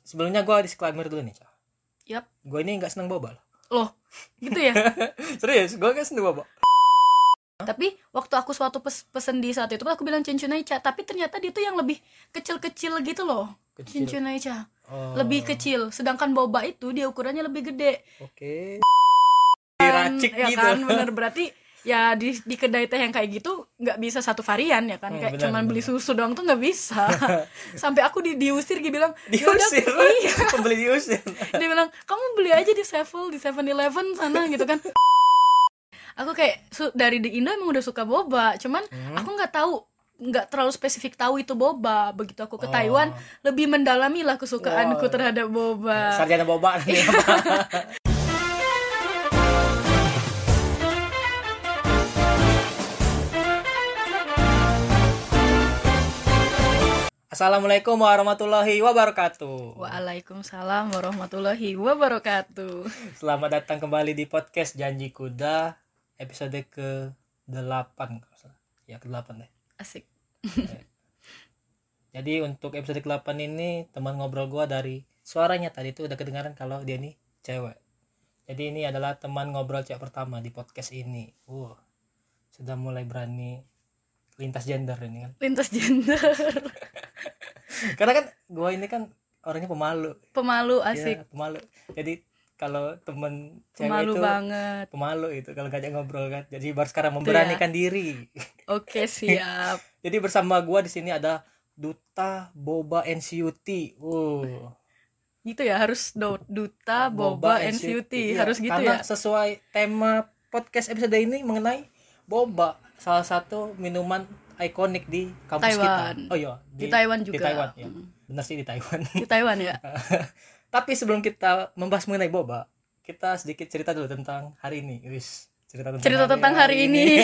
sebelumnya gue disclaimer dulu nih, Ca. Yap. Gue ini nggak seneng boba Loh, gitu ya? Serius, gue nggak seneng boba. Tapi waktu aku suatu pesen di saat itu aku bilang cincunaicha, tapi ternyata dia tuh yang lebih kecil-kecil gitu loh. Kecil. Cincunaicha. Oh. Lebih kecil, sedangkan boba itu dia ukurannya lebih gede. Oke. Diracik ya gitu. Kan, bener berarti ya di kedai teh yang kayak gitu nggak bisa satu varian ya kan, kayak benar, cuman benar. beli susu doang tuh nggak bisa. Sampai aku diusir, dia bilang Diusir. iya. Pembeli diusir. Dia bilang kamu beli aja di Sevel, di 7-Eleven sana gitu kan. Aku kayak dari di Indo emang udah suka boba, cuman aku nggak terlalu spesifik tahu itu boba. Begitu aku ke Taiwan, lebih mendalami lah kesukaanku terhadap boba. Sarjana boba nih. Assalamualaikum warahmatullahi wabarakatuh. Waalaikumsalam warahmatullahi wabarakatuh. Selamat datang kembali di podcast Janji Kuda episode ke-8. Ya, ke-8 deh. Asik. Jadi untuk episode ke-8 ini teman ngobrol gua dari suaranya tadi tuh udah kedengaran kalau dia nih cewek. Jadi ini adalah teman ngobrol cewek pertama di podcast ini. Sudah mulai berani lintas gender ini kan. Lintas gender. Karena kan gua ini kan orangnya pemalu. Asik. Ya, pemalu. Jadi kalau temen cewek Pemalu itu banget. Pemalu itu kalau ngajak ngobrol kan. Jadi baru sekarang memberanikan diri. Oke, siap. Jadi bersama gua di sini ada Duta Boba NCUT. Gitu ya, harus Duta Boba NCUT. Iya, harus gitu karena ya. sesuai tema podcast episode ini mengenai boba, salah satu minuman ikonik di kampus Taiwan. kita. Oh iya, di Taiwan juga. Di Taiwan ya. Benar sih di Taiwan. Di Taiwan ya. Tapi sebelum kita membahas mengenai boba, kita sedikit cerita dulu tentang hari ini. Cerita tentang hari ini.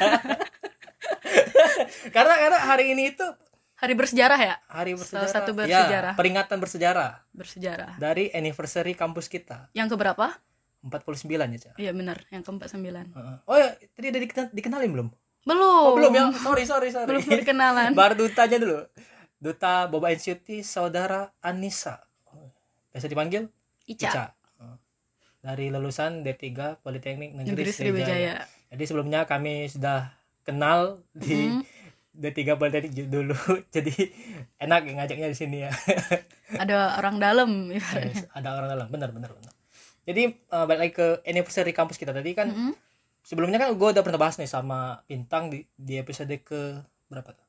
karena hari ini itu hari bersejarah ya? Hari bersejarah. Salah satu bersejarah. Ya, peringatan bersejarah. Bersejarah. Dari anniversary kampus kita. Yang keberapa? 49 ya, Cak? Iya benar, yang ke-49. Oh ya, tadi udah dikenalin belum? Belum. Oh, belum ya? Sorry. Belum perkenalan. Baru dutanya dulu. Duta Boba NCUT Saudara Anissa. Biasa dipanggil Ica. Dari lulusan D3 Politeknik Negeri Sriwijaya. Jadi sebelumnya kami sudah kenal di D3 Politeknik dulu. Jadi enak ngajaknya di sini ya. Ada orang dalam ibaratnya. Ada orang dalam, benar. Jadi balik lagi ke anniversary kampus kita tadi kan. Sebelumnya kan gue udah pernah bahas nih sama Bintang di episode ke berapa tuh?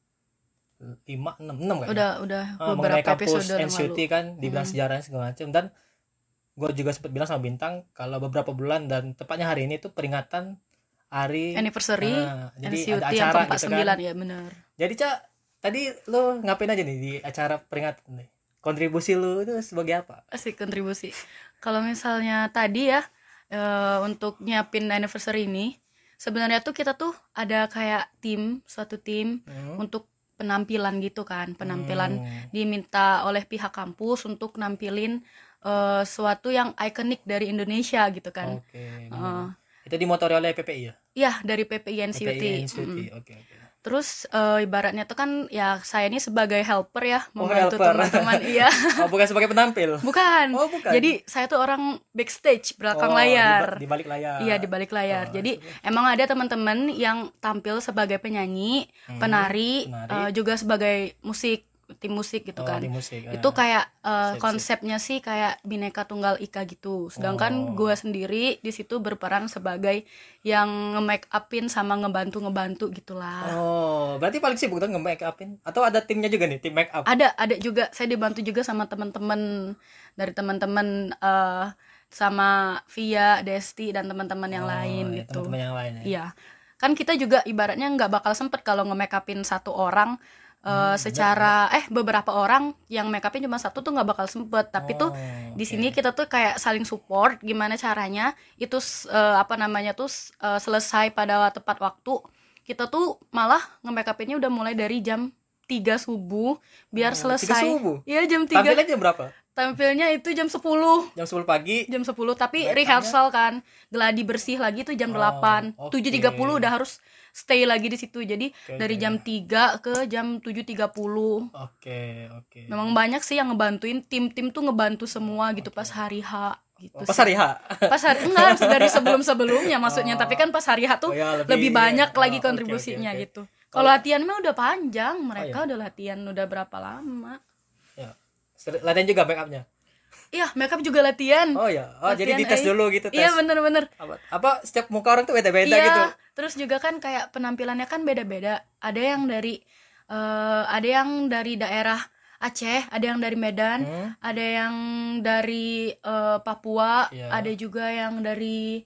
5, 6 kan? Udah mengenai beberapa kampus episode NCUT lalu. kan, dibilang sejarahnya segala macam. Dan gue juga sempat bilang sama Bintang kalau beberapa bulan dan tepatnya hari ini tuh peringatan hari anniversary jadi NCUT ada yang acara ke-49 gitu kan. ya benar. Jadi Cak, tadi lo ngapain aja nih di acara peringatan nih? Kontribusi lo itu sebagai apa? Asik, kontribusi. Kalau misalnya tadi ya untuk nyiapin anniversary ini, sebenarnya tuh kita tuh ada kayak suatu tim untuk penampilan gitu kan. Penampilan diminta oleh pihak kampus untuk nampilin suatu yang ikonik dari Indonesia gitu kan. Oke. Itu dimotori oleh PPI ya? Iya, dari PPI NCUT. Oke. Terus ibaratnya tuh kan ya saya ini sebagai helper ya, membantu helper. teman-teman. Iya. Oh, bukan sebagai penampil? Bukan. Oh, bukan. Jadi saya tuh orang backstage, belakang layar. Di balik layar. Iya, di balik layar. Jadi emang ada teman-teman yang tampil sebagai penyanyi, penari. Juga sebagai tim musik gitu kan. Tim musik. Itu kayak konsepnya sih kayak Bhinneka Tunggal Ika gitu. Sedangkan gue sendiri di situ berperan sebagai yang nge-make upin sama ngebantu gitulah. Oh, berarti paling sibuk tuh nge-make upin? Atau ada timnya juga nih, tim make up? Ada juga. Saya dibantu juga sama teman-teman dari teman-teman sama Via, Desti dan teman-teman yang lain gitu. Teman-teman yang lain ya. Iya. Kan kita juga ibaratnya nggak bakal sempet kalau nge-make upin satu orang. Secara beberapa orang yang make upin cuma satu tuh nggak bakal sempet, tapi tuh di sini kita tuh kayak saling support gimana caranya itu selesai pada tepat waktu. Kita tuh malah nge-make upinnya udah mulai dari jam 3 subuh biar selesai. 3 subuh? Iya, jam 3. Tampilnya jam berapa? Tampilnya itu jam 10. Jam 10 pagi. Jam 10, tapi Make-upnya? rehearsal kan. Geladi bersih lagi itu jam 8. oke. 7.30 udah harus stay lagi di situ. Jadi dari oke. jam 3 ke jam 7.30. Oke. Memang banyak sih yang ngebantuin, tim-tim tuh ngebantu semua gitu pas hari H gitu Pas sih. hari H. Pas hari enggak dari sebelum-sebelumnya maksudnya, tapi kan pas hari H tuh ya, lebih banyak lagi oke. kontribusinya gitu. Kalau latihan mah udah panjang, mereka iya. udah latihan udah berapa lama. Ya. Latihan juga make upnya. Iya, makeup juga latihan. Oh ya. Oh, jadi Latihan, dites dulu gitu, tes. Iya, bener-bener. Apa setiap muka orang tuh beda-beda Iya, gitu. terus juga kan kayak penampilannya kan beda-beda. Ada yang dari daerah Aceh, ada yang dari Medan, ada yang dari Papua, Iya. ada juga yang dari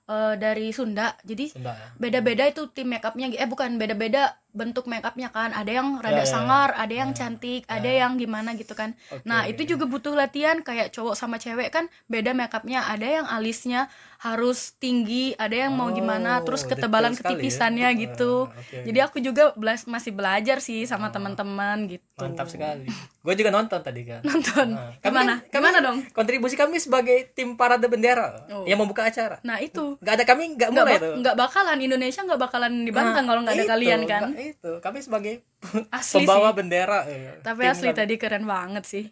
Sunda. Jadi Sunda, ya. beda-beda itu tim makeupnya, bukan beda-beda bentuk makeupnya kan. Ada yang rada Ya. sangar, ada yang cantik, ada yang gimana gitu kan. Oke. Nah itu juga butuh latihan, kayak cowok sama cewek kan beda makeupnya. Ada yang alisnya harus tinggi, ada yang mau gimana, terus detail ketebalan sekali ya. ketipisannya gitu. Oke. Jadi aku juga masih belajar sih sama teman-teman gitu. Mantap sekali. Gue juga nonton tadi kan. Nonton. Nah, Gimana dong? Kontribusi kami sebagai tim parade bendera yang membuka acara. Nah itu Nggak mulai tuh. nggak bakalan, Indonesia nggak bakalan dibantah kalau nggak ada kalian kan. Itu kami sebagai Asli pembawa sih. bendera. Tapi tim asli kami. tadi keren banget sih.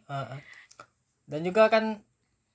Dan juga kan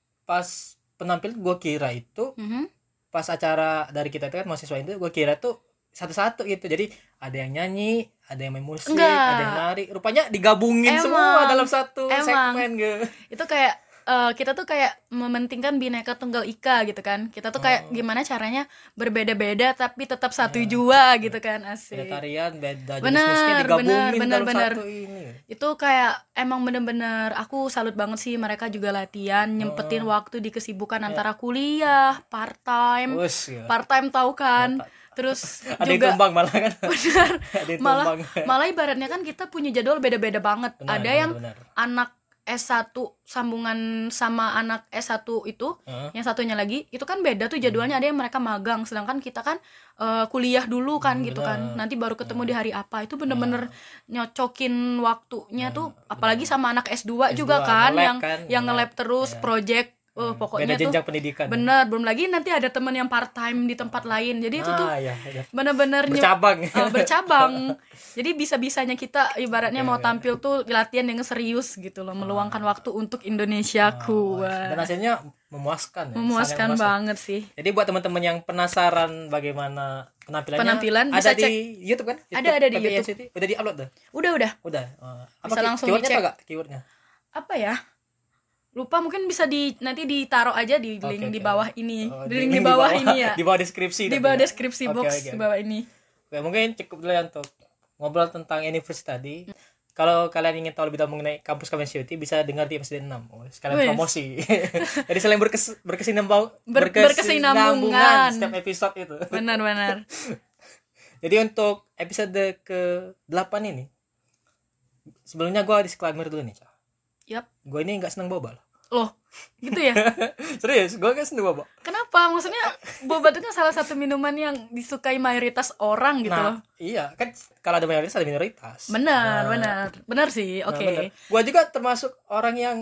pas penampil gue kira itu pas acara dari kita itu kan mahasiswa itu gue kira tuh satu-satu gitu. Jadi ada yang nyanyi, ada yang main musik, Enggak. ada yang nari. Rupanya digabungin semua dalam satu segmen gitu. Itu kayak kita tuh kayak mementingkan Bhinneka Tunggal Ika gitu kan. Kita tuh kayak gimana caranya berbeda-beda tapi tetap satu jua gitu kan. Asik. Beda tarian, beda jenis Bener, musiknya digabungin bener, dalam bener. satu ini. Itu kayak emang bener-bener aku salut banget sih, mereka juga latihan, nyempetin waktu di kesibukan antara kuliah, part-time. Ya. Part-time tahu kan. Terus Ada yang juga tumbang malah kan. benar. Ada yang malah tumbang. malah ibaratnya kan kita punya jadwal beda-beda banget. Benar, Ada yang benar. anak S1 sambungan sama anak S1 itu, yang satunya lagi itu kan beda tuh jadwalnya. Ada yang mereka magang, sedangkan kita kan kuliah dulu kan gitu kan. Nanti baru ketemu di hari apa. Itu bener-bener nyocokin waktunya tuh, apalagi sama anak S2 juga kan, yang nge-lab terus project. Pokoknya beda jenjang tuh pendidikan. bener, belum lagi nanti ada temen yang part time di tempat lain. Jadi itu tuh Ya. bener-bener bercabang. Jadi bisa-bisanya kita ibaratnya mau tampil tuh latihan yang serius gitu loh, meluangkan waktu untuk Indonesiaku. Dan hasilnya memuaskan ya. Memuaskan banget sih. Jadi buat teman-teman yang penasaran bagaimana penampilan bisa ada cek di YouTube kan? Ada di PPI YouTube. NCT. Udah di-upload tuh? Udah. Bisa langsung keywordnya dicek. apa gak? Keywordnya? Apa ya? Lupa, mungkin bisa nanti ditaruh aja di link di bawah ini. Di link di bawah ini ya. Di bawah deskripsi. Di bawah deskripsi box di bawah ini. Oke, mungkin cukup dulu ya untuk ngobrol tentang anniversary tadi. Kalau kalian ingin tahu lebih dalam mengenai kampus Community bisa dengar di episode 6. Sekalian promosi. Jadi selain berkesinambungan setiap episode itu. Benar. Jadi untuk episode ke-8 ini, sebelumnya gue disclaimer dulu nih, Cak. Yap. Gue ini nggak seneng boba Loh, gitu ya? Serius, gue nggak seneng boba. Kenapa? Maksudnya boba itu kan salah satu minuman yang disukai mayoritas orang gitu loh. Iya, kan kalau ada mayoritas ada minoritas. Benar sih. Oke. Gue juga termasuk orang yang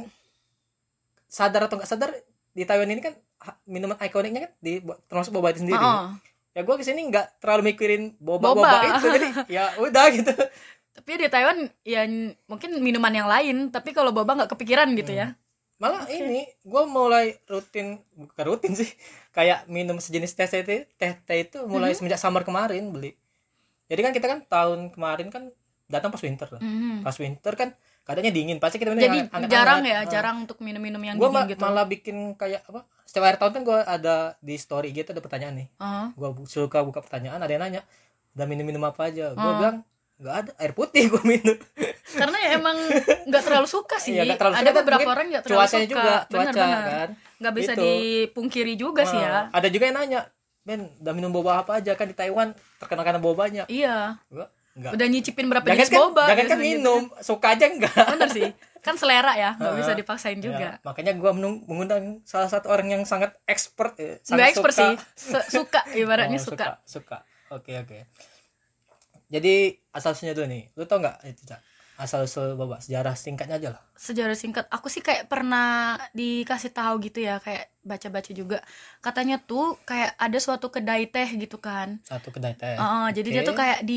sadar atau nggak sadar di Taiwan ini kan minuman ikoniknya kan termasuk boba itu sendiri. Ya gue kesini nggak terlalu mikirin boba itu, jadi ya udah gitu. Tapi di Taiwan ya mungkin minuman yang lain, tapi kalau boba nggak kepikiran gitu ya. Malah ini gue mulai bukan rutin sih, kayak minum sejenis teh itu mulai semenjak summer kemarin beli. Jadi kan kita kan tahun kemarin kan datang pas winter tuh. Pas winter kan keadaannya dingin, pasti kita minum jadi yang hangat-hangat. jarang untuk minum yang Gua dingin gitu. Gue malah bikin kayak apa, setiap akhir tahun kan gue ada di story gitu ada pertanyaan nih. Gue suka buka pertanyaan, ada yang nanya udah minum apa aja. Gue bilang nggak ada, air putih gue minum. Karena ya emang nggak terlalu suka sih. Iya, terlalu ada suka, beberapa orang nggak terlalu suka. Juga cuaca bener. kan Nggak bisa gitu. dipungkiri juga sih ya. Ada juga yang nanya, Ben udah minum boba apa aja, kan di Taiwan terkenal karena bobanya. Iya. Gua enggak. Udah nyicipin berapa jenis boba. Jangan kan minum, suka aja enggak. Bener sih. Kan selera ya, nggak bisa dipaksain juga. Ya, makanya gue mengundang salah satu orang yang sangat expert, nggak expert sih, suka ibaratnya suka. Oke. Jadi asal usulnya dulu nih, lu tau nggak itu, Cak? asal usul boba, sejarah singkatnya aja lah. Sejarah singkat, aku sih kayak pernah dikasih tahu gitu ya, kayak baca-baca juga. Katanya tuh kayak ada suatu kedai teh gitu kan. Satu kedai teh. Jadi dia tuh kayak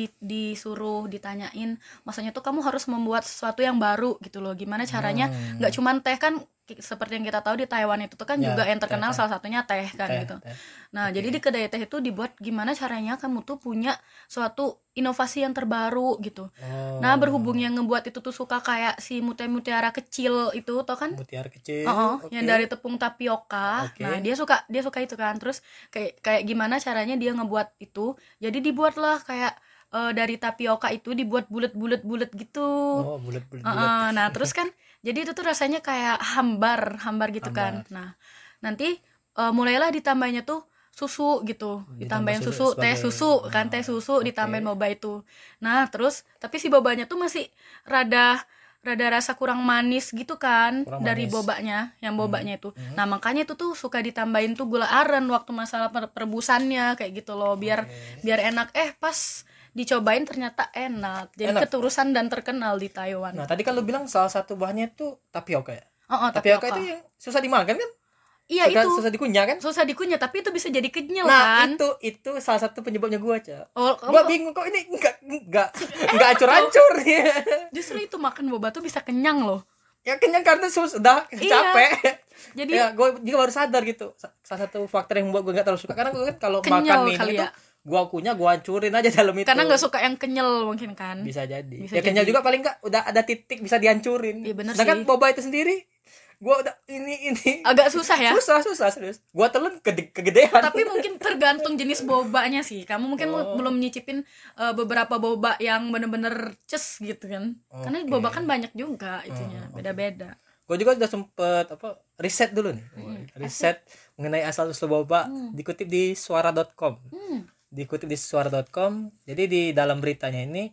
disuruh ditanyain, maksudnya tuh kamu harus membuat sesuatu yang baru gitu loh. Gimana caranya? Nggak cuman teh kan, seperti yang kita tahu di Taiwan itu tuh kan Ya, juga yang terkenal teh. salah satunya teh kan Teh, gitu. teh. Nah, jadi di kedai teh itu dibuat gimana caranya kamu tuh punya suatu inovasi yang terbaru gitu. Oh, Nah, berhubung yang ngebuat itu tuh suka kayak si mutiara kecil itu, tau kan? mutiara kecil. Oke. Yang dari tepung tapioka. Oke. Nah, dia suka itu kan. Terus kayak gimana caranya dia ngebuat itu? Jadi dibuatlah kayak dari tapioka itu dibuat bulat-bulat gitu. Oh, bulat-bulat. Nah, terus kan jadi itu tuh rasanya kayak hambar gitu kan. Hambar. Nah, nanti mulailah ditambahnya tuh susu gitu, ditambahin Ditambah susu, teh sebagai- susu kan, teh susu oke. ditambahin boba itu. Nah, terus tapi si bobanya tuh masih rada rasa kurang manis gitu kan, Kurang dari manis. bobanya, yang bobanya itu. Nah, makanya itu tuh suka ditambahin tuh gula aren waktu masalah perebusannya kayak gitu loh, biar enak. Pas dicobain ternyata enak. Jadi Enak. keterusan dan terkenal di Taiwan. Nah, tadi kan lu bilang salah satu bahannya itu tapioka ya. Tapioka Tapioka itu yang susah dimakan kan? Iya, itu Susah dikunyah kan? susah dikunyah, tapi itu bisa jadi kenyal Nah, kan. itu salah satu penyebabnya gua, Cak. Oh, Gua kamu bingung kok ini enggak hancur-hancur ya. justru itu makan boba tuh bisa kenyang loh. Ya kenyang karena sudah Iya. capek. Jadi Ya, gue juga baru sadar gitu. Salah satu faktor yang membuat gue gak terlalu suka karena gue kan kalau Kenyal makan kali mie itu ya. gue akunya gue hancurin aja dalam itu. karena nggak suka yang kenyal mungkin kan. Bisa jadi. Bisa Ya kenyal jadi. juga paling enggak udah ada titik bisa dihancurin. Iya, bener Sedangkan sih. boba itu sendiri gue udah ini Agak susah ya. susah serius. Gue telan kegedean. Tapi mungkin tergantung jenis bobanya sih. Kamu mungkin belum nyicipin beberapa boba yang bener-bener ces gitu kan. Karena Oke. boba kan banyak juga itunya, beda-beda. Gue juga udah sempet riset dulu nih. Riset mengenai asal usul boba dikutip di suara.com. Dikutip di suara.com. Jadi di dalam beritanya ini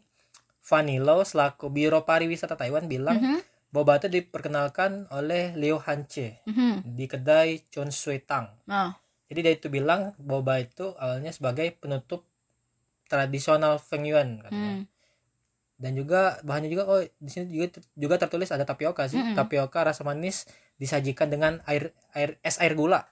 Vanilo selaku Biro Pariwisata Taiwan bilang boba itu diperkenalkan oleh Liu Hanche di kedai Chon Sui Tang. Nah, Jadi dia itu bilang boba itu awalnya sebagai penutup tradisional Feng Yuan katanya. Dan juga bahannya juga di sini juga tertulis ada tapioka sih. Tapioka rasa manis disajikan dengan es air gula.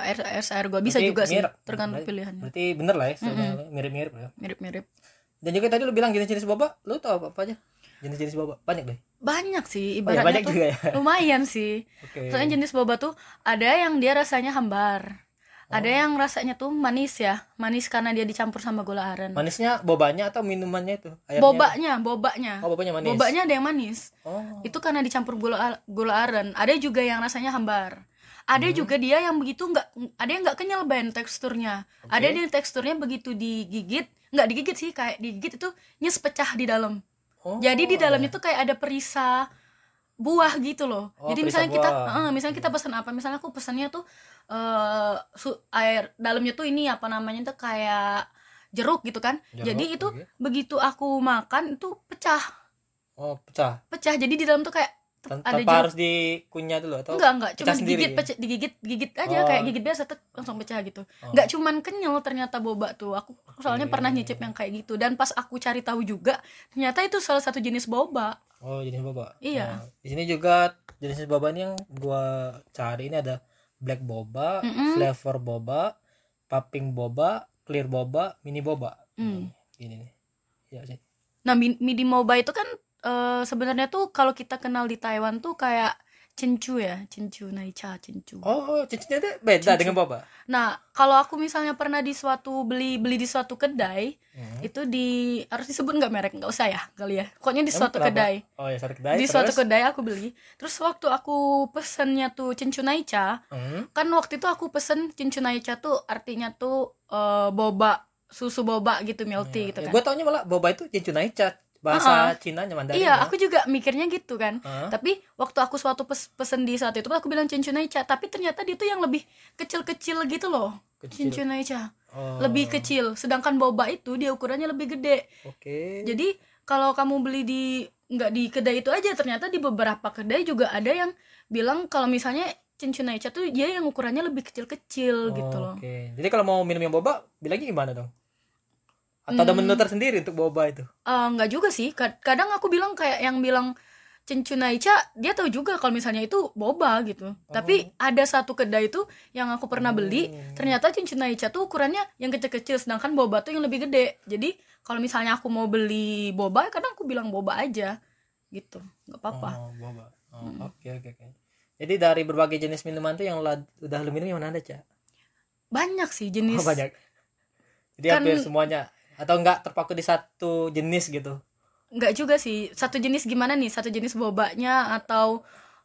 air gua bisa Berarti juga sih, mirip. tergantung pilihannya. Berarti bener lah ya, sebenarnya mirip-mirip ya. Mirip-mirip. Dan juga tadi lu bilang jenis-jenis boba, lu tahu apa aja? Jenis-jenis boba banyak deh. Banyak sih, Oh ya, ibaratnya banyak tuh juga ya. lumayan sih. Oke. Soalnya jenis boba tuh ada yang dia rasanya hambar. Ada yang rasanya tuh manis ya. Manis karena dia dicampur sama gula aren. Manisnya bobanya atau minumannya itu? Airnya? Bobanya. Oh, bobanya manis. Bobanya ada yang manis. Oh. Itu karena dicampur gula aren. Ada juga yang rasanya hambar. Ada juga dia yang begitu ada yang nggak kenyal ban teksturnya. Ada yang teksturnya begitu digigit, nggak digigit sih, kayak digigit itu nyes pecah di dalam. Oh, Jadi di dalam itu kayak ada perisa buah gitu loh. Oh, Jadi perisa misalnya kita pesan apa? Misalnya aku pesannya tuh air dalamnya tuh ini apa namanya tuh kayak jeruk gitu kan. Jeruk, Jadi itu oke. begitu aku makan itu pecah. Oh, pecah. Jadi di dalam tuh kayak ada Tanpa jeruk. harus dikunyah dulu atau Enggak, pecah cuma sendiri? digigit aja Oh. kayak gigit biasa langsung pecah gitu. Enggak cuman kenyal ternyata boba tuh. Aku soalnya pernah nyicip yang kayak gitu dan pas aku cari tahu juga ternyata itu salah satu jenis boba. Oh, jenis boba. Iya. Oh, di sini juga jenis boba ini yang gua cari ini ada black boba, flavor boba, popping boba, clear boba, mini boba. Ini nih. Ya sih. Nah, midi boba itu kan sebenarnya tuh kalau kita kenal di Taiwan tuh kayak cincu naicha cincu. Oh, cincinnya itu beda dengan boba. Nah, kalau aku misalnya pernah di suatu beli di suatu kedai, itu harus disebut nggak merek, nggak usah ya kali ya. Pokoknya di suatu Kenapa? kedai. Oh ya, suatu kedai. Di suatu kedai aku beli. Terus waktu aku pesennya tuh cincu naicha, kan waktu itu aku pesen cincu naicha tuh artinya tuh boba, susu boba gitu, milk tea gitu kan. Gue taunya malah boba itu cincunaicha, bahasa Cinanya Mandarin. Iya, ya. aku juga mikirnya gitu kan. Tapi waktu aku suatu pesen di saat itu aku bilang cincunaicha, tapi ternyata dia tuh yang lebih kecil-kecil gitu loh. Kecil. Cincunaicha. Oh. Lebih kecil, sedangkan boba itu dia ukurannya lebih gede. Oke. Jadi kalau kamu beli nggak di kedai itu aja, ternyata di beberapa kedai juga ada yang bilang kalau misalnya cincunaicha tuh dia yang ukurannya lebih kecil-kecil gitu loh. Oke. Jadi kalau mau minum yang boba, bilangnya gimana dong? Atau ada menu tersendiri untuk boba itu? Nggak juga sih. Kadang aku bilang kayak yang bilang Cencunaicha, dia tahu juga kalau misalnya itu boba gitu. Tapi ada satu kedai itu yang aku pernah beli, ternyata Cencunaicha tuh ukurannya yang kecil-kecil, sedangkan boba tuh yang lebih gede. Jadi kalau misalnya aku mau beli boba, kadang aku bilang boba aja gitu, nggak apa-apa. Boba. Oke. Jadi dari berbagai jenis minuman tuh yang udah lu minum yang mana ada, Ca? Banyak sih jenis. Banyak. Jadi hampir semuanya atau enggak terpaku di satu jenis gitu? Enggak juga sih. Satu jenis gimana nih? Satu jenis bobanya atau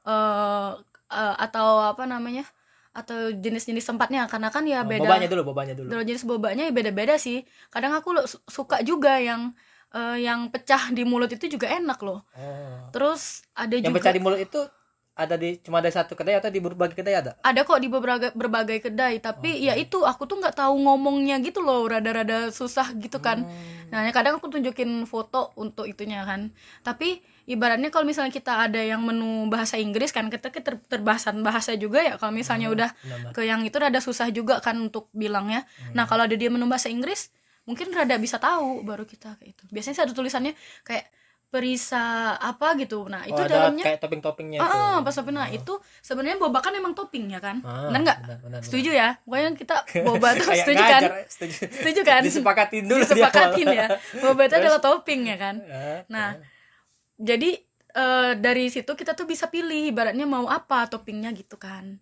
atau apa namanya? Atau jenis-jenis tempatnya, karena kan ya beda. Bobanya dulu. Kalau jenis bobanya ya beda-beda sih. Kadang aku suka juga yang pecah di mulut itu juga enak loh. Terus ada yang juga pecah di mulut itu ada cuma ada satu kedai atau di berbagai kedai ada? Ada kok di berbagai kedai, tapi ya itu aku tuh nggak tahu ngomongnya gitu loh, rada-rada susah gitu kan. Nah, kadang aku tunjukin foto untuk itunya kan. Tapi ibaratnya kalau misalnya kita ada yang menu bahasa Inggris kan, kita keterbatasan bahasa juga ya. Kalau misalnya udah ke yang itu rada susah juga kan untuk bilangnya. Nah, kalau ada dia menu bahasa Inggris, mungkin rada bisa tahu baru kita kayak itu. Biasanya sih ada tulisannya kayak perisa apa gitu. Nah, itu dalamnya kayak topping-toppingnya itu. Pas nah itu sebenarnya boba kan emang topping ya kan. Benar enggak? Setuju ya? Pokoknya kita boba tuh setuju kan? Setuju kan? Disepakatin ya. Boba itu adalah topping ya kan. Nah, jadi dari situ kita tuh bisa pilih ibaratnya mau apa toppingnya gitu kan.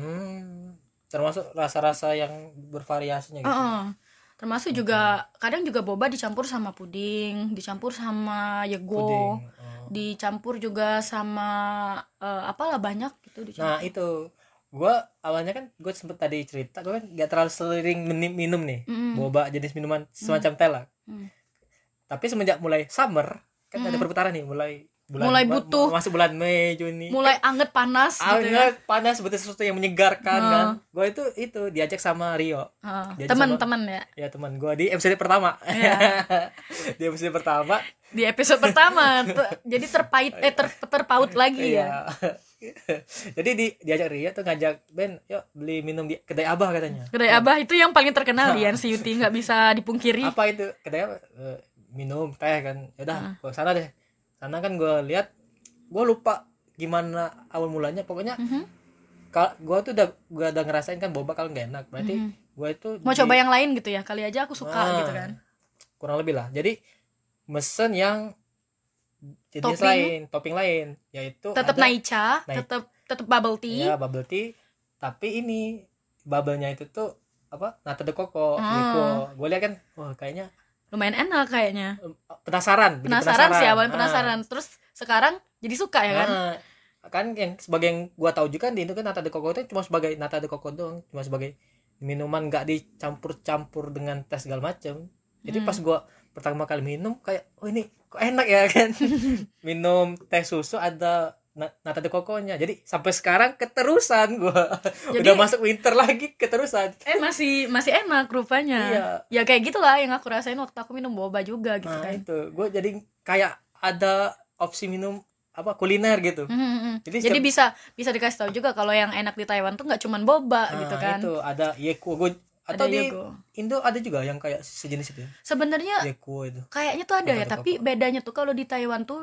Termasuk rasa-rasa yang bervariasinya gitu. Termasuk juga kadang juga boba dicampur sama puding, dicampur sama yego, dicampur juga sama apalah banyak gitu dicampur. Nah itu gue awalnya kan gue sempet tadi cerita gue kan gak terlalu sering minum nih boba jenis minuman semacam telak. Tapi semenjak mulai summer kan ada perputaran nih mulai butuh masuk bulan Mei Juni mulai anget panas gitu ya. Panas betul sesuatu yang menyegarkan kan. Gue itu diajak sama Rio. Teman-teman ya. Ya teman gue di episode pertama. Di episode pertama. Di episode pertama jadi terpaut lagi ya. Jadi diajak Rio tuh ngajak Ben, yuk beli minum di kedai Abah katanya. Kedai Abah itu yang paling terkenal di NCUT, nggak bisa dipungkiri. Apa itu kedai apa? Minum teh kan. Yaudah, ke sana deh. Karena kan gue lihat, gue lupa gimana awal mulanya. Pokoknya gue tuh udah ngerasain kan boba kalau nggak enak. Berarti gue itu mau coba yang lain gitu ya. Kali aja aku suka gitu kan. Kurang lebih lah. Jadi mesen yang jenis topping lain, yaitu tetap naicha, tetap bubble tea. Ya bubble tea. Tapi ini bubble-nya itu tuh apa? Nata de coco. Gitu. Gue lihat kan, wah kayaknya lumayan enak kayaknya. Penasaran sih awalnya penasaran. Terus sekarang jadi suka ya kan. Kan yang sebagai yang gua tahu juga di Indo kan nata de coco itu cuma sebagai nata de coco doang, cuma sebagai minuman, nggak dicampur-campur dengan teh segala macam. Jadi pas gua pertama kali minum kayak ini kok enak ya kan. Minum teh susu ada nata de coco-nya. Jadi sampai sekarang keterusan gua. Jadi, udah masuk winter lagi keterusan. Masih enak rupanya. Iya. Ya kayak gitulah yang aku rasain waktu aku minum boba juga gitu kan. Itu gua jadi kayak ada opsi minum apa kuliner gitu. Jadi bisa dikasih tahu juga kalau yang enak di Taiwan tuh nggak cuman boba gitu kan. Itu ada Yekuo atau di Indo ada juga yang kayak sejenis itu ya? Sebenarnya Yekuo itu kayaknya tuh ada ya, tapi bedanya tuh kalau di Taiwan tuh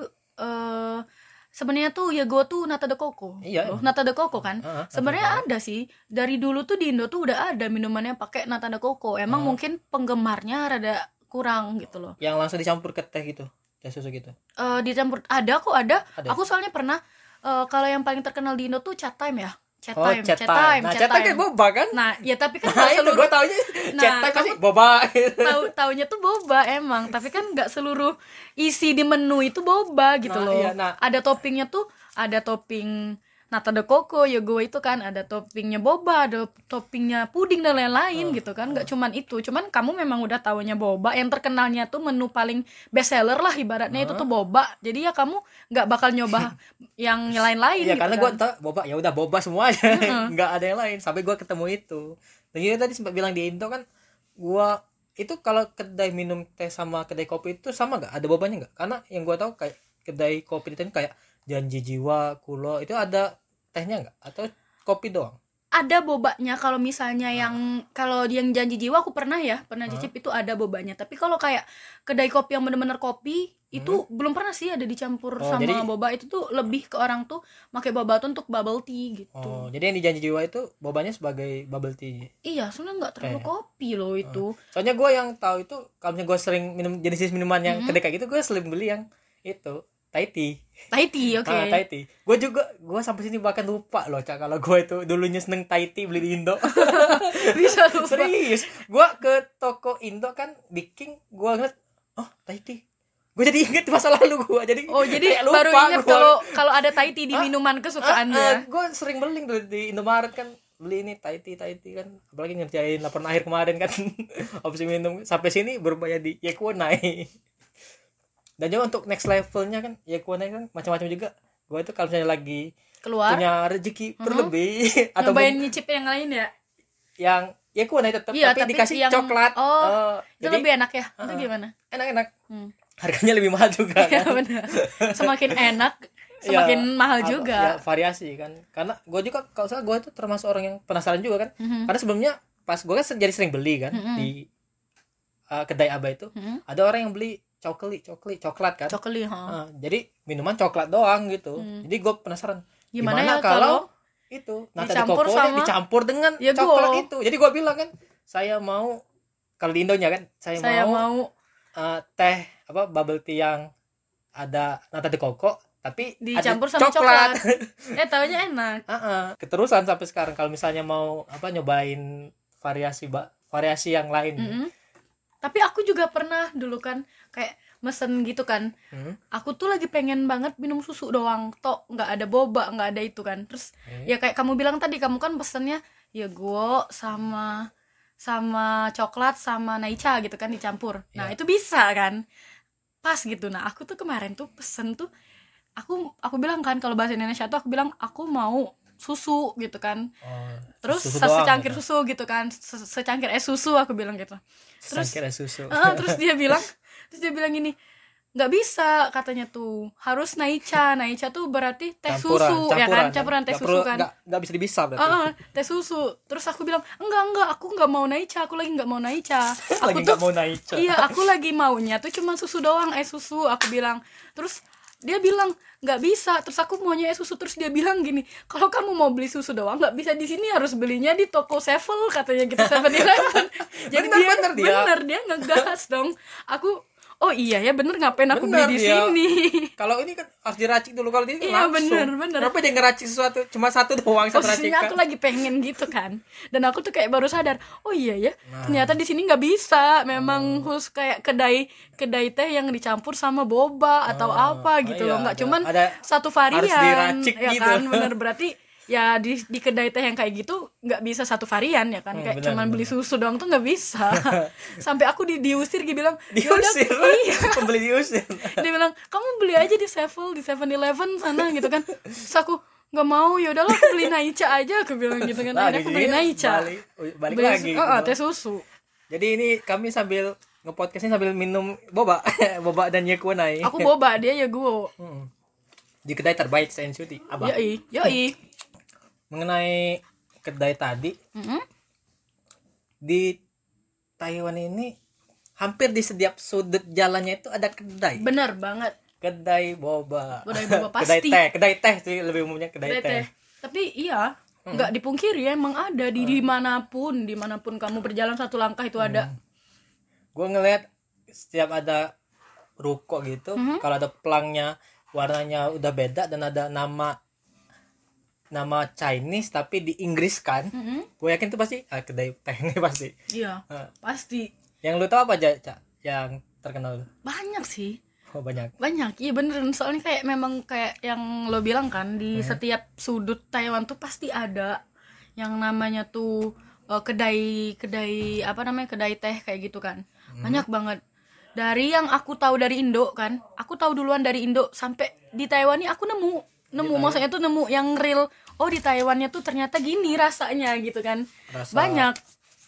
sebenarnya tuh Yego tuh nata de coco. Iya. Nata de coco kan. Sebenarnya ada sih. Dari dulu tuh di Indo tuh udah ada minumannya pakai nata de coco. Emang mungkin penggemarnya rada kurang gitu loh. Yang langsung dicampur ke teh gitu. Teh susu gitu. Dicampur ada. Aku soalnya pernah kalau yang paling terkenal di Indo tuh Chat Time ya. Chat Time. Nah, Chat Time kan boba kan? Nah, ya tapi kan seluruh gue taunya Chat Time pasti boba. Taunya tuh boba emang, tapi kan enggak seluruh isi di menu itu boba gitu loh. Iya, ada toppingnya tuh, ada topping nata de coco, yogo itu kan, ada toppingnya boba, ada toppingnya puding dan lain-lain gitu kan. Enggak cuman itu. Cuman kamu memang udah taunya boba, yang terkenalnya tuh menu paling best seller lah ibaratnya itu tuh boba. Jadi ya kamu enggak bakal nyoba yang lain-lain gitu. Ya karena gue tau boba, ya udah boba semuanya. Enggak ada yang lain sampai gue ketemu itu. Dan juga tadi sempat bilang di Indo kan, gue itu kalau kedai minum teh sama kedai kopi itu sama enggak? Ada bobanya enggak? Karena yang gue tahu kayak kedai kopi itu kayak Janji Jiwa, Kulo itu ada tehnya enggak? Atau kopi doang? ada bobanya. Kalau misalnya kalau yang Janji Jiwa aku pernah cicip itu ada bobanya. Tapi kalau kayak kedai kopi yang bener-bener kopi itu belum pernah sih ada dicampur sama boba. Itu tuh lebih ke orang tuh pakai boba tuh untuk bubble tea gitu. Oh, jadi yang di Janji Jiwa itu bobanya sebagai bubble tea. Iya, sebenarnya nggak terlalu kopi loh itu. Soalnya gue yang tahu itu kalau misalnya gue sering minum jenis minuman yang kedai kayak gitu, gue sering beli yang itu Thai tea. Thai tea, oke. Thai tea. Gue sampai sini bahkan lupa loh, Cak, kalau gue itu dulunya seneng Thai tea beli di Indo. Bisa lupa. Serius. Gue ke toko Indo kan bikin, gue ngeliat, oh Thai tea. Gue jadi inget masa lalu gue. Jadi lupa baru inget kalau ada Thai tea di minuman kesukaannya. Gue sering beli dulu di Indomaret kan, beli ini Thai tea kan, apalagi ngerjain laporan akhir kemarin kan. Habis minum sampai sini berubahnya di Yekwonai. Dan juga untuk next levelnya kan Yekwonai kan macam-macam juga. Gue itu kalau misalnya lagi keluar punya rezeki berlebih atau nyobain nyicip yang lain ya, yang Yekwonai tetap tapi dikasih yang coklat. Itu jadi lebih enak ya. Itu gimana? Enak. Harganya lebih mahal juga kan. Ya, benar. Semakin enak semakin mahal juga. Ya, variasi kan. Karena gue juga kalau salah gue itu termasuk orang yang penasaran juga kan. Karena sebelumnya pas gue kan jadi sering beli kan di kedai Aba itu. Ada orang yang beli coklat kan. Jadi minuman coklat doang gitu. Jadi gue penasaran. Gimana ya kalau itu nata de coco dicampur dengan coklat itu. Jadi gue bilang kan, saya mau kalau di Indonya kan, saya mau teh bubble tea yang ada nata de coco tapi dicampur sama coklat. Taunya enak. Keterusan sampai sekarang kalau misalnya mau nyobain variasi yang lain. Tapi aku juga pernah dulu kan kayak mesen gitu kan. Aku tuh lagi pengen banget minum susu doang, nggak ada boba, nggak ada itu kan. Terus ya kayak kamu bilang tadi, kamu kan pesennya ya guo sama coklat sama naicha gitu kan dicampur. Nah, itu bisa kan. Pas gitu. Nah, aku tuh kemarin tuh pesen tuh aku bilang kan, kalau bahasa Indonesia tuh aku bilang aku mau susu gitu kan. Terus secangkir susu gitu kan. Secangkir es susu aku bilang gitu. Terus terus dia bilang gini, nggak bisa katanya tuh, harus naicha tuh berarti teh susu ya kan, campuran teh susu kan, nggak bisa dibisa berarti. Teh susu. Terus aku bilang enggak, aku nggak mau naicha, aku lagi nggak mau naicha. Aku lagi nggak mau naicha. Iya, aku lagi maunya tuh cuma susu doang, es susu aku bilang. Terus dia bilang nggak bisa. Terus aku maunya es susu. Terus dia bilang gini, kalau kamu mau beli susu doang nggak bisa di sini, harus belinya di toko Sevel katanya gitu, 7-Eleven. Jadi bener dia ngegas dong. Aku oh iya ya bener, ngapain aku beli di sini. Kalau ini kan harus diracik dulu, kalau ini iya, langsung. Bener. Kenapa dia ngeracik sesuatu cuma satu doang, satu racikan? Aku lagi pengen gitu kan. Dan aku tuh kayak baru sadar, oh iya ya, ternyata di sini nggak bisa. Memang khusus kayak kedai teh yang dicampur sama boba atau apa gitu loh. Nggak cuman satu varian. Harus diracik ya gitu. Kan, bener, berarti ya di kedai teh yang kayak gitu nggak bisa satu varian ya kan, kayak cuman beli susu doang tuh nggak bisa. Sampai aku diusir, dia bilang diusir. Iya. Pembeli diusir. Dia bilang kamu beli aja di Sevel, di 7-Eleven sana gitu kan. Terus aku nggak mau, ya udahlah aku beli naicha aja, aku bilang gitu kan. Akhirnya aku beli naicha, balik lagi teh susu. Jadi ini kami sambil nge-podcastnya sambil minum boba dan Yekwonai. Aku boba, dia ya guo. Di kedai terbaik Sensuti Abang. Yoi. Mengenai kedai tadi, di Taiwan ini hampir di setiap sudut jalannya itu ada kedai. Bener banget. Kedai boba. Pasti. Kedai teh sih lebih umumnya kedai teh. Tapi iya, nggak dipungkiri ya, emang ada di dimanapun kamu berjalan satu langkah itu ada. Gue ngeliat setiap ada ruko gitu, kalau ada pelangnya warnanya udah beda dan ada nama Chinese tapi di Inggris kan, gue yakin tuh pasti kedai teh ini pasti. Iya, pasti. Yang lu tahu apa aja, Cak, yang terkenal? Banyak sih. Banyak, iya bener. Soalnya kayak memang kayak yang lo bilang kan, di setiap sudut Taiwan tuh pasti ada yang namanya tuh kedai apa namanya, kedai teh kayak gitu kan. Banyak banget. Dari yang aku tahu dari Indo kan, aku tahu duluan dari Indo, sampai di Taiwan nih aku nemu maksudnya tuh nemu yang real. Oh, di Taiwannya tuh ternyata gini rasanya gitu kan. Banyak.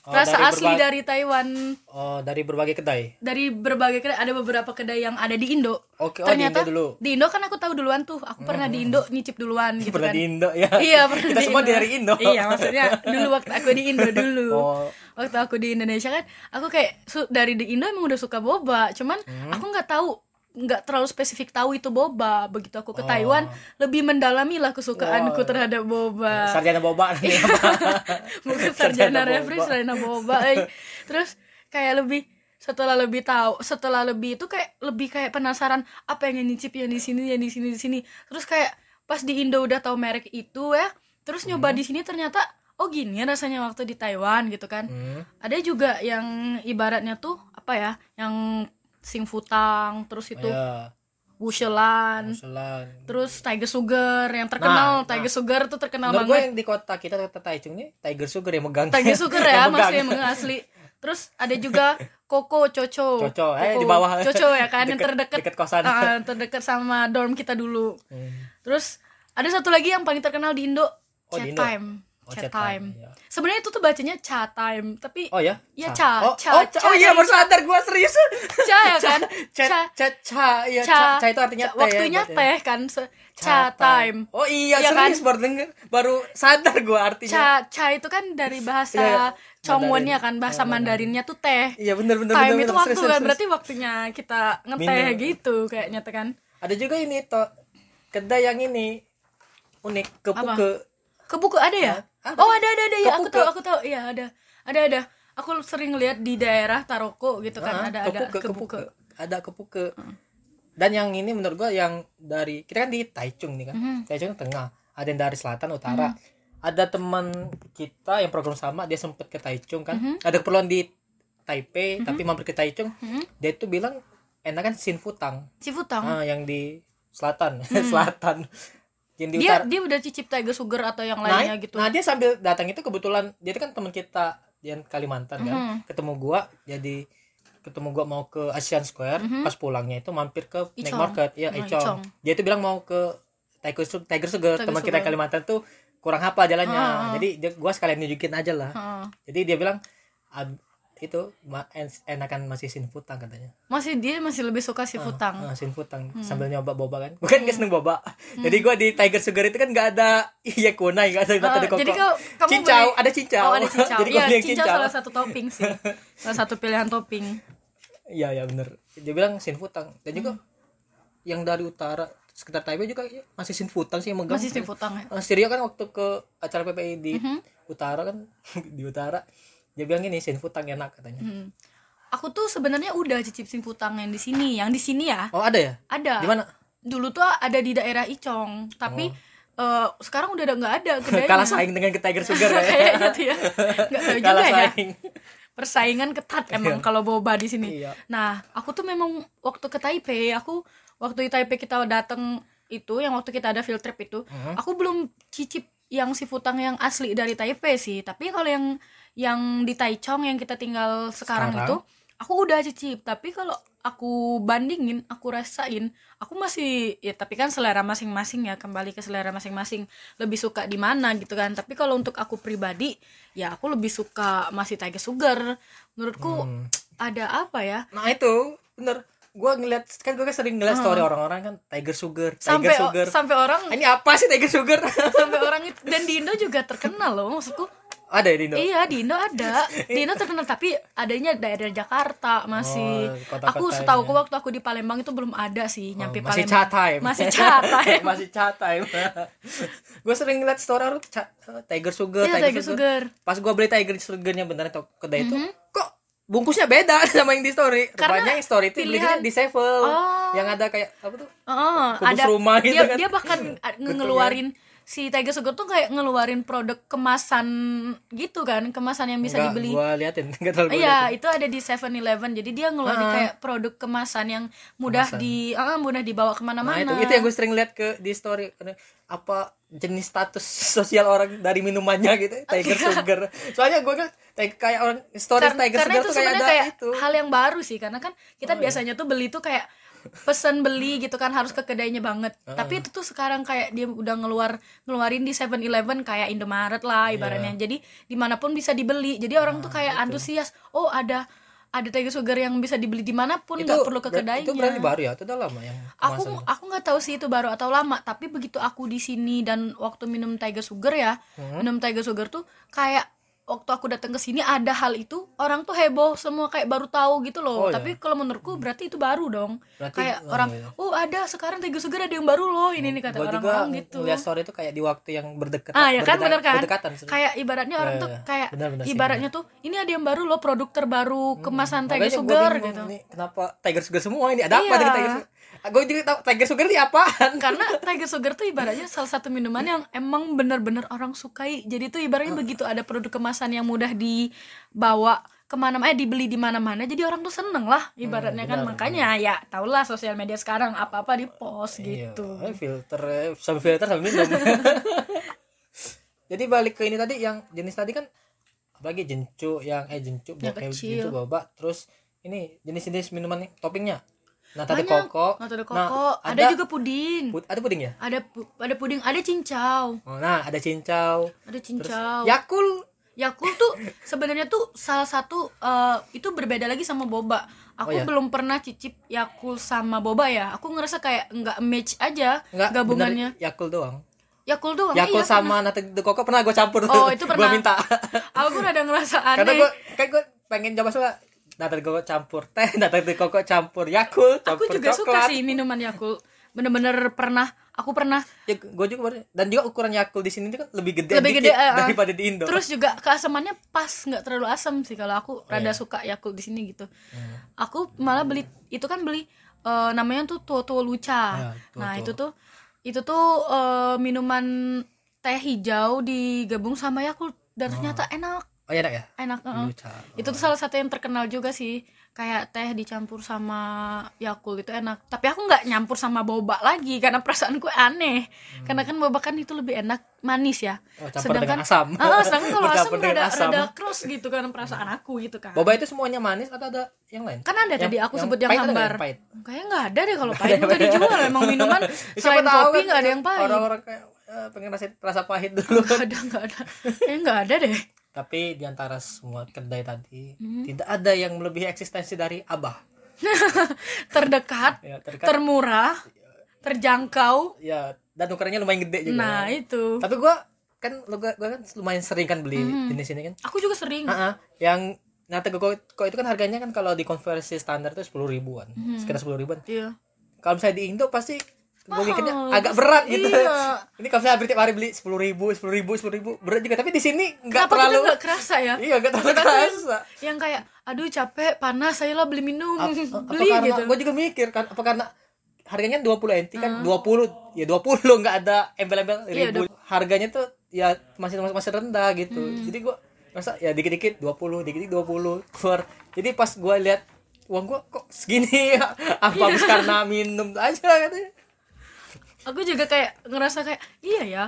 Rasa asli dari Taiwan. Oh, dari berbagai kedai. Dari berbagai kedai, ada beberapa kedai yang ada di Indo. Oke, Ternyata di Indo dulu. Di Indo kan aku tahu duluan tuh. Aku pernah di Indo nyicip duluan gitu Pernah kan. di Indo ya. Iya, pernah Kita di semua Indo. dari Indo. Iya, maksudnya dulu waktu aku di Indo dulu. Oh. Waktu aku di Indonesia kan, aku kayak dari di Indo emang udah suka boba. Cuman aku nggak terlalu spesifik tahu itu boba. Begitu aku ke Taiwan, lebih mendalami lah kesukaanku terhadap boba. Sarjana boba nih apa? Bukan sarjana refri, sarjana boba. Terus kayak setelah lebih itu kayak lebih kayak penasaran apa yang nyicip yang di sini. Terus kayak pas di Indo udah tahu merek itu ya, terus nyoba di sini ternyata oh gini rasanya waktu di Taiwan gitu kan. Ada juga yang ibaratnya tuh apa ya, yang Singfutang, terus itu Wushelan, terus Tiger Sugar yang terkenal. Tiger Sugar tuh terkenal banget. Gue yang di kota kita, kota Taichung nih, Tiger Sugar yang megang. Tiger Sugar ya, maksudnya yang asli. Terus ada juga Coco, di bawah. Coco ya kan, yang dekat kosan. Terdekat sama dorm kita dulu. Terus ada satu lagi yang paling terkenal di Indo, Chat Time. Chat Time. Ya. Sebenarnya itu tuh bacanya Cha Time, tapi oh ya? Ya Cha. Oh iya, baru sadar gue, serius. Cha ya kan? Cha itu artinya teh. Waktunya teh kan. Cha Time. Oh iya, serius kan? baru sadar gue artinya. Cha itu kan dari bahasa Chongwon ya kan, bahasa Mandarinnya tuh teh. Iya benar. Time itu waktu kan, berarti waktunya kita ngeteh gitu kayaknya tuh kan. Ada juga ini kedai yang ini unik, Kebuke ada ya? Ada. Oh ada ya, aku tahu. Iya ada. Aku sering lihat di daerah Taroko gitu kan, ada kebuke. Ada kebuke. Dan yang ini menurut gua yang dari, kita kan di Taichung nih kan. Taichung tengah. Ada yang dari selatan utara. Ada teman kita yang program sama, dia sempet ke Taichung kan. Ada keperluan di Taipei tapi mampir ke Taichung. Dia tuh bilang enakan Sinfutang. Yang di selatan. Selatan. Dia udah cicip Tiger Sugar atau yang lainnya gitu. Nah dia sambil datang itu kebetulan dia kan teman kita di Kalimantan kan, ketemu gua mau ke Asian Square. Pas pulangnya itu mampir ke Night Market ya, Icong. Dia itu bilang mau ke Tiger Sugar. Teman kita Kalimantan tuh kurang hafal jalannya, jadi gua sekalian nunjukin aja lah. Jadi dia bilang itu enakan masih Sinfutang katanya. Dia masih lebih suka Sinfutang. Sinfutang sambil nyoba boba kan. Gue kan gak seneng boba. Jadi gue di Tiger Sugar itu kan gak ada kunai, gak ada koko. Jadi kamu cincau, ada cincau. Oh, ada cincau. Jadi gue beli cincau salah satu topping sih. Salah satu pilihan topping. Iya bener. Dia bilang Sinfutang. Dan juga yang dari utara sekitar Taipei juga masih Sinfutang sih yang megang. Masih Sinfutang ya. Stereo kan waktu ke acara PPI di utara kan di utara. Dia bilang ini Sinfutang enak katanya. Aku tuh sebenarnya udah cicip Sinfutang yang di sini ya. Oh ada ya? Ada. Di mana? Dulu tuh ada di daerah Icong, tapi sekarang udah nggak ada kedainya. Kalah saing dengan ke Tiger Sugar kayak gitu ya. Nggak tahu juga saing. Ya. Persaingan ketat emang kalau boba di sini. Iya. Nah, aku tuh memang waktu ke Taipei, waktu di Taipei kita datang itu, yang waktu kita ada field trip itu, aku belum cicip yang Sinfutang yang asli dari Taipei sih, tapi kalau yang di Taichung yang kita tinggal sekarang itu aku udah cicip. Tapi kalau aku bandingin, aku rasain, aku masih ya, tapi kan selera masing-masing ya, kembali ke selera masing-masing lebih suka di mana gitu kan. Tapi kalau untuk aku pribadi ya aku lebih suka masih Tiger Sugar. Menurutku ada apa ya, nah itu bener. Gue sering ngeliat story orang-orang kan Tiger Sugar. Sampai orang ini apa sih Tiger Sugar? Sampai orang itu, dan di Indo juga terkenal loh, maksudku. Ada ya di Indo? Iya, di Indo ada. Di Indo terkenal, tapi adanya daerah Jakarta masih. Aku setauku waktu aku di Palembang itu belum ada sih, nyampe Palembang. Masih Cha Time. Masih Cha Time. Gue sering ngeliat story orang Tiger Sugar, iya, Tiger Sugar. Pas gue beli Tiger Sugarnya beneran itu kedai itu, kok bungkusnya beda sama yang di story. Rupanya yang story itu belinya di Sevel. Yang ada kayak apa tuh? Kubus rumah gitu kan. Dia bahkan ngeluarin si Tiger Sugar tuh kayak ngeluarin produk kemasan gitu kan, kemasan yang bisa dibeli. Gua liatin, enggak terlalu. Iya, itu ada di 7-Eleven. Jadi dia ngeluarin kayak produk kemasan yang mudah dibawa kemana-mana. Nah, itu yang gue sering lihat di story. Apa jenis status sosial orang dari minumannya gitu, Tiger Sugar. Soalnya gue kan kayak orang story Tiger Sugar tuh kayak ada kayak itu. Hal yang baru sih, karena kan kita biasanya tuh beli tuh kayak pesen beli gitu kan harus ke kedainya banget. Tapi itu tuh sekarang kayak dia udah ngeluarin di 7-Eleven kayak Indomaret lah ibaratnya. Jadi dimanapun bisa dibeli. Jadi orang tuh kayak antusias. Oh ada Tiger Sugar yang bisa dibeli dimanapun, nggak perlu ke kedainya. Itu berarti baru ya? Itu udah lama yang kemasan? Aku nggak tahu sih itu baru atau lama. Tapi begitu aku di sini dan waktu minum Tiger Sugar ya, minum Tiger Sugar tuh kayak waktu aku datang ke sini ada hal itu, orang tuh heboh semua kayak baru tahu gitu loh. Tapi kalau menurutku berarti itu baru dong. Berarti, kayak orang ada sekarang Tiger Sugar ada yang baru loh. Ini nih kata orang-orang gitu. Gua juga ngeliat story itu kayak di waktu yang ya kan bener kan? Berdekatan. Kayak ibaratnya orang tuh kayak bener ibaratnya tuh ini ada yang baru loh, produk terbaru kemasan Tiger Makanya Sugar bingung, gitu. Nih, kenapa Tiger Sugar semua ini? Ada apa dengan Tiger Sugar? Gue juga tahu Tiger Sugar ini apaan. Karena Tiger Sugar tuh ibaratnya salah satu minuman yang emang bener-bener orang sukai. Jadi tuh ibaratnya begitu ada produk kemasan yang mudah dibawa kemana-mana, dibeli di mana-mana, jadi orang tuh seneng lah ibaratnya kan. Makanya ya taulah sosial media sekarang apa-apa di post gitu. Filter sambil minum. Jadi balik ke ini tadi, yang jenis tadi kan apalagi jencu boba, terus ini jenis-jenis minuman nih, toppingnya nata de coco. Ada juga puding. Ada puding ya? Ada puding, ada cincau. Ada cincau. Terus Yakult tuh sebenarnya tuh salah satu itu berbeda lagi sama boba. Aku belum pernah cicip Yakult sama boba ya. Aku ngerasa kayak nggak match aja gabungannya. Yakult doang. Yakult sama nata de coco pernah gue campur. Itu pernah. Gue minta. Aku udah ngerasa aneh. Karena gue pengen coba soalnya nata de coco campur teh, nata de coco campur Yakult, campur aku juga coklat. suka sih minuman Yakult. Bener-bener aku pernah. Ya, gue juga. Dan juga ukuran Yakult di sini kan lebih gede daripada di Indo. Terus juga keasamannya pas, nggak terlalu asam sih kalau aku. Rada suka Yakult di sini gitu. Aku malah beli namanya tuh Tuo Luca. Itu tuh minuman teh hijau digabung sama Yakult dan ternyata enak. Oh enak ya? Enak. Itu tuh salah satu yang terkenal juga sih. Kayak teh dicampur sama Yakult itu enak. Tapi aku nggak nyampur sama boba lagi karena perasaanku aneh. Karena kan boba kan itu lebih enak manis ya. Sedangkan asam. Sedangkan kalau asam rada cross gitu kan perasaan aku gitu kan. Boba itu semuanya manis atau ada yang lain? Kan ada tadi aku sebut yang hambar. Kayaknya nggak ada deh kalau pahit nggak dijual. Emang minuman selain kopi nggak ada yang pahit. Orang-orang kayak pengen rasa pahit dulu. Nggak ada. Kayaknya nggak ada deh. Tapi diantara semua kedai tadi tidak ada yang melebihi eksistensi dari Abah. terdekat, termurah, terjangkau. Ya, dan ukurannya lumayan gede juga. Nah, itu. Tapi gue kan lumayan sering kan beli jenis ini kan. Aku juga sering. Yang nata de coco itu kan harganya kan kalau dikonversi standar itu 10 ribuan. Sekitar 10 ribuan. Iya. Kalau misalnya di Indo pasti gue mikirnya agak berat gitu. Iya. Ini kalau saya tiap hari beli 10 ribu berat juga. Tapi di sini nggak terlalu. Kita nggak kerasa ya? Iya, nggak terlalu kerasa. Yang kayak, aduh capek, panas, saya lah beli minum, beli karena, gitu. Gue juga mikir kan, apa karena harganya 20 NT kan 20 nggak ada embel-embel ribu. Harganya tuh ya masih rendah gitu. Jadi gue rasa ya dikit-dikit 20 keluar. Jadi pas gue lihat uang gue kok segini ya, apa habis karena minum aja katanya. Aku juga kayak ngerasa kayak iya ya,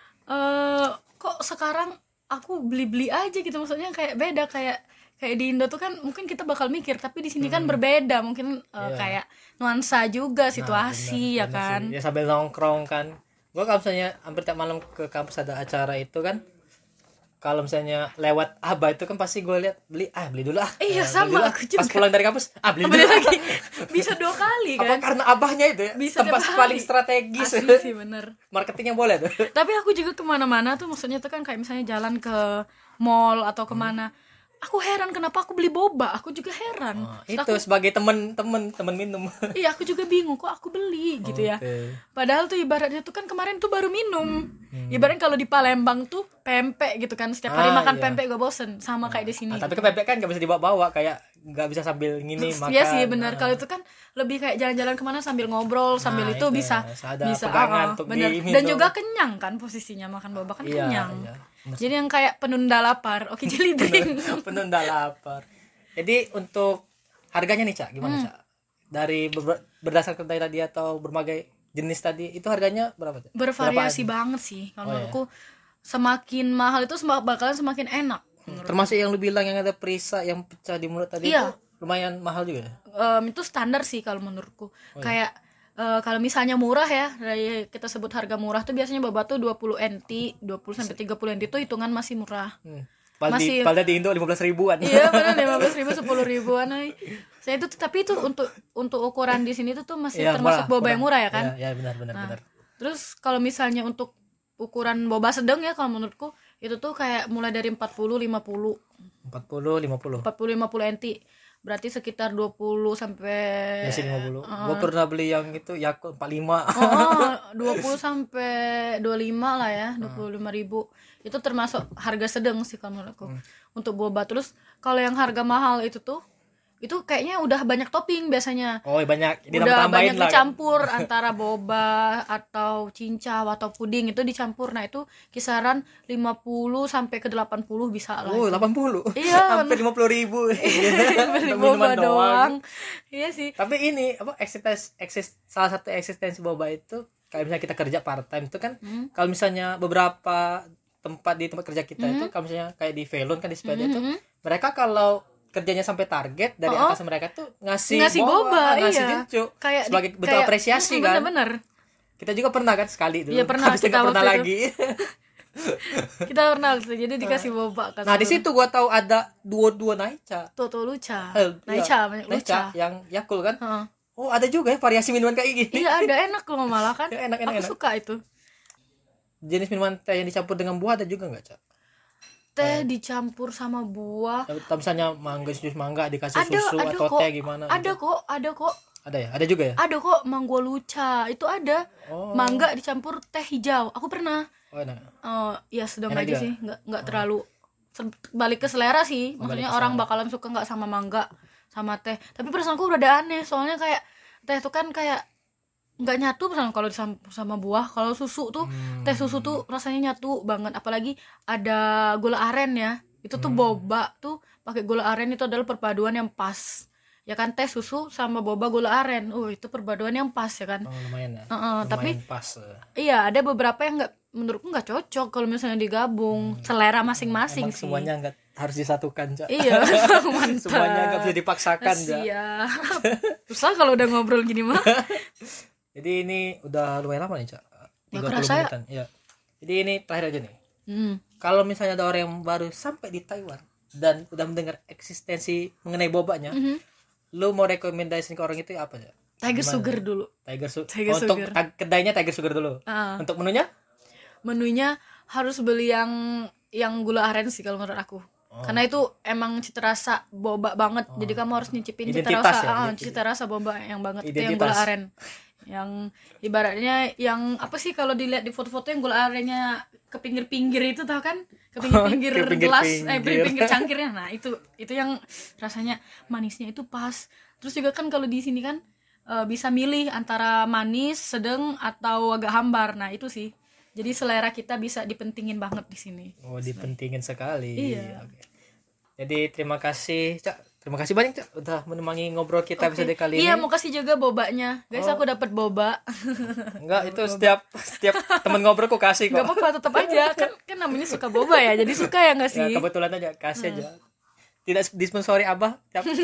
kok sekarang aku beli aja gitu, maksudnya kayak beda kayak di Indo tuh kan mungkin kita bakal mikir, tapi di sini kan berbeda mungkin kayak nuansa juga situasi ya kan. Ya sambil nongkrong kan. Gua kalau misalnya hampir tiap malam ke kampus ada acara itu kan, kalau misalnya lewat Abah itu kan pasti gue lihat beli dulu. Iya sama aku juga. Pas pulang dari kampus beli lagi. Bisa 2 kali kan. Apa karena Abahnya itu ya? Bisa tempat paling strategis. Asli sih bener. Marketingnya boleh tuh. Tapi aku juga kemana-mana tuh, maksudnya tuh kan kayak misalnya jalan ke mall atau kemana. Aku heran kenapa aku beli boba. Aku juga heran. Itu aku, sebagai temen minum. Iya, aku juga bingung kok aku beli gitu ya. Padahal tuh ibaratnya tuh kan kemarin tuh baru minum. Ibaratnya kalau di Palembang tuh pempek gitu kan, setiap hari makan pempek gue bosen. Sama kayak di sini. Tapi ke pempek kan gak bisa dibawa-bawa, kayak gak bisa sambil ngini makan. Iya sih benar. Kalau itu kan lebih kayak jalan-jalan kemana sambil ngobrol, sambil itu bisa benar. Dan juga kenyang kan posisinya, makan boba kan kenyang. Iya. Jadi yang kayak penunda lapar. Oke, jelly drink. Penunda lapar. Jadi untuk harganya nih, Cak, gimana, Cak? Dari berdasarkan tadi atau berbagai jenis tadi, itu harganya berapa, Cak? Bervariasi banget sih. Kalau menurutku semakin mahal itu bakalan semakin enak. Termasuk yang lu bilang yang ada perisa yang pecah di mulut tadi itu lumayan mahal juga. Itu standar sih kalau menurutku. Kayak kalau misalnya murah ya, dari kita sebut harga murah tuh biasanya boba tuh 20 NT, 20 sampai 30 NT tuh hitungan masih murah. Masih padahal di Indo 15 ribuan. Iya, benar 15.000 10 ribuan. Saya itu tapi itu untuk ukuran di sini tuh masih Ya, termasuk boba yang murah ya kan? Ya benar. Terus kalau misalnya untuk ukuran boba sedang ya kalau menurutku itu tuh kayak mulai dari 40 50 NT. Berarti sekitar 20 sampai ya sih 50. Gua pernah beli yang itu Yakult 45. 20 sampai 25 lah ya, 25.000. Itu termasuk harga sedang sih kalau menurutku. Untuk boba. Terus kalau yang harga mahal itu kayaknya udah banyak topping biasanya. Oh, banyak Udah banyak lah. dicampur antara boba atau cincau atau puding itu dicampur. Nah, itu kisaran 50 sampai ke 80 bisa lah. Oh, 80. Iya, hampir 50.000. beli boba doang. Iya sih. Tapi ini apa salah satu eksistensi boba itu kayak misalnya kita kerja part time itu kan kalau misalnya beberapa tempat kerja kita itu kalau misalnya kayak di Velon kan di sepeda itu mereka kalau kerjanya sampai target dari atas mereka tuh ngasih boba, ngasih jincu sebagai bentuk apresiasi kan. Bener. Kita juga pernah kan sekali dulu. Iya pernah, kita pernah lagi. Kita pernah jadi dikasih boba kan. Nah, di situ gua tahu ada dua Naicha. Toto Lucha. Naicha, banyak Lucha yang Yakult kan. Oh, ada juga ya variasi minuman kayak gini. Iya, ada enak loh malah kan. Ya, enak. Aku suka itu. Jenis minuman teh yang dicampur dengan buah ada juga enggak, Cak? Teh dicampur sama buah. Atau misalnya jus mangga dikasih susu atau kok. teh gimana? Ada kok. Ada ya? Ada juga ya? Ada kok, Mango Lucha. Itu ada. Mangga dicampur teh hijau. Aku pernah. Oh, enak. Ya sedang Enak aja juga? sih, enggak terlalu balik ke selera sih. Maksudnya orang bakalan suka enggak sama mangga sama teh. Tapi perasaanku udah aneh, soalnya kayak teh itu kan kayak nggak nyatu misalnya kalau dicampur sama buah. Kalau susu tuh teh susu tuh rasanya nyatu banget, apalagi ada gula aren ya. Itu tuh boba tuh pakai gula aren itu adalah perpaduan yang pas. Ya kan, teh susu sama boba gula aren. Itu perpaduan yang pas ya kan. Lumayan ya. Tapi pas. Iya, ada beberapa yang menurutku nggak cocok kalau misalnya digabung. Selera masing-masing Emang sih. semuanya nggak harus disatukan, Cak. Iya, mantap. Semuanya nggak bisa dipaksakan, Cak. Iya. Susah kalau udah ngobrol gini mah. Jadi ini udah lumayan lama nih, Cak. 30 menitan. Ya. Jadi ini terakhir aja nih. Kalau misalnya ada orang yang baru sampai di Taiwan dan udah mendengar eksistensi mengenai bobanya, lu mau rekomendasiin ke orang itu apa ya? Tiger Sugar dulu. Untuk kedainya Tiger Sugar dulu. Untuk menunya harus beli yang gula aren sih kalau menurut aku. Karena itu emang cita rasa boba banget. Jadi kamu harus nyicipin cita rasa boba yang banget. Itu yang gula aren. Yang ibaratnya yang apa sih kalau dilihat di foto-foto yang gula arennya ke pinggir-pinggir itu, tahu kan? Ke pinggir-pinggir gelas, pinggir cangkirnya. Nah, itu yang rasanya manisnya itu pas. Terus juga kan kalau di sini kan bisa milih antara manis, sedang atau agak hambar. Nah, itu sih. Jadi selera kita bisa dipentingin banget di sini. Oh, dipentingin sekali. Iya. Oke. Jadi terima kasih, Cak. Terima kasih banyak, Cak, udah menemani ngobrol kita episode kali ini. Iya, mau kasih juga bobanya. Guys, aku dapat boba. Enggak, itu setiap teman ngobrol aku kasih kok. Enggak apa-apa, tetap aja. Kan namanya suka boba ya. Jadi suka ya enggak sih? Ya, kebetulan aja kasih aja. Tidak disponsori Abah.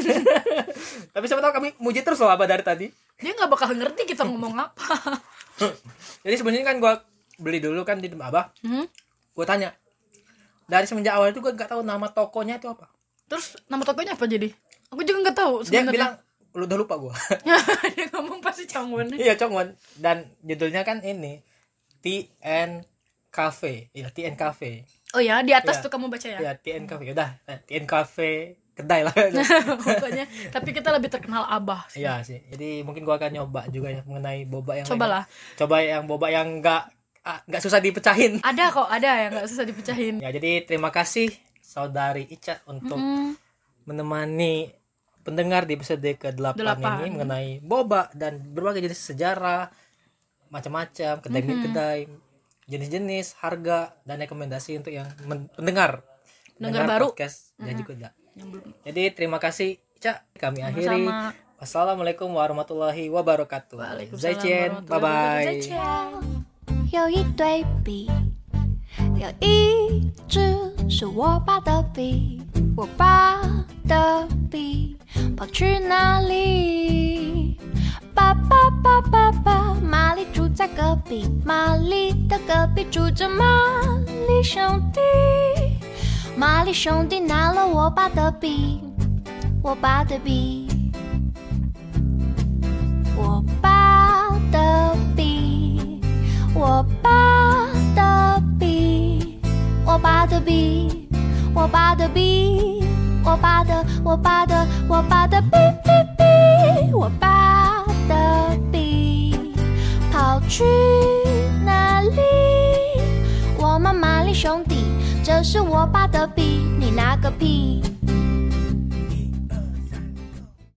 Tapi siapa tahu kami muji terus loh Abah dari tadi. Dia enggak bakal ngerti kita ngomong apa. Jadi sebenarnya kan gua beli dulu kan di Abah. Gua tanya. Dari semenjak awal itu gua enggak tahu nama tokonya itu apa. Terus nama tokonya apa jadi? Aku juga nggak tahu sebenarnya. Dia bilang, lu udah lupa gue. Dia ngomong pasti Chongwon. Iya, Chongwon. Dan judulnya kan ini TN Cafe. Iya, TN Cafe. Oh ya, di atas tuh kamu baca ya? Iya, TN Cafe. Udah, TN Cafe kedai lah. Pokoknya. Tapi kita lebih terkenal Abah sih. Iya sih. Jadi mungkin gue akan nyoba juga ya mengenai boba yang Cobalah. Coba yang boba yang nggak susah dipecahin. Ada kok, ada yang nggak susah dipecahin. Ya, jadi terima kasih Saudari Ica untuk menemani pendengar di episode ke-8 ini mengenai boba dan berbagai jenis sejarah, macam-macam, kedai-kedai, jenis-jenis, harga, dan rekomendasi untuk yang pendengar baru podcast dan juga Jadi terima kasih Ica, kami akhiri. Wassalamualaikum warahmatullahi wabarakatuh. Waalaikumsalam. Bye bye. 有一对比，有一支是我画的笔。 我爸的笔跑去哪里？爸爸爸爸爸，玛丽住在隔壁，玛丽的隔壁住着玛丽兄弟。玛丽兄弟拿了我爸的笔，我爸的笔，我爸的笔，我爸的笔，我爸的笔，我爸的笔，我爸的笔，我爸的笔笔笔，我爸的笔跑去哪里？我们玛丽兄弟，这是我爸的笔，你拿个屁！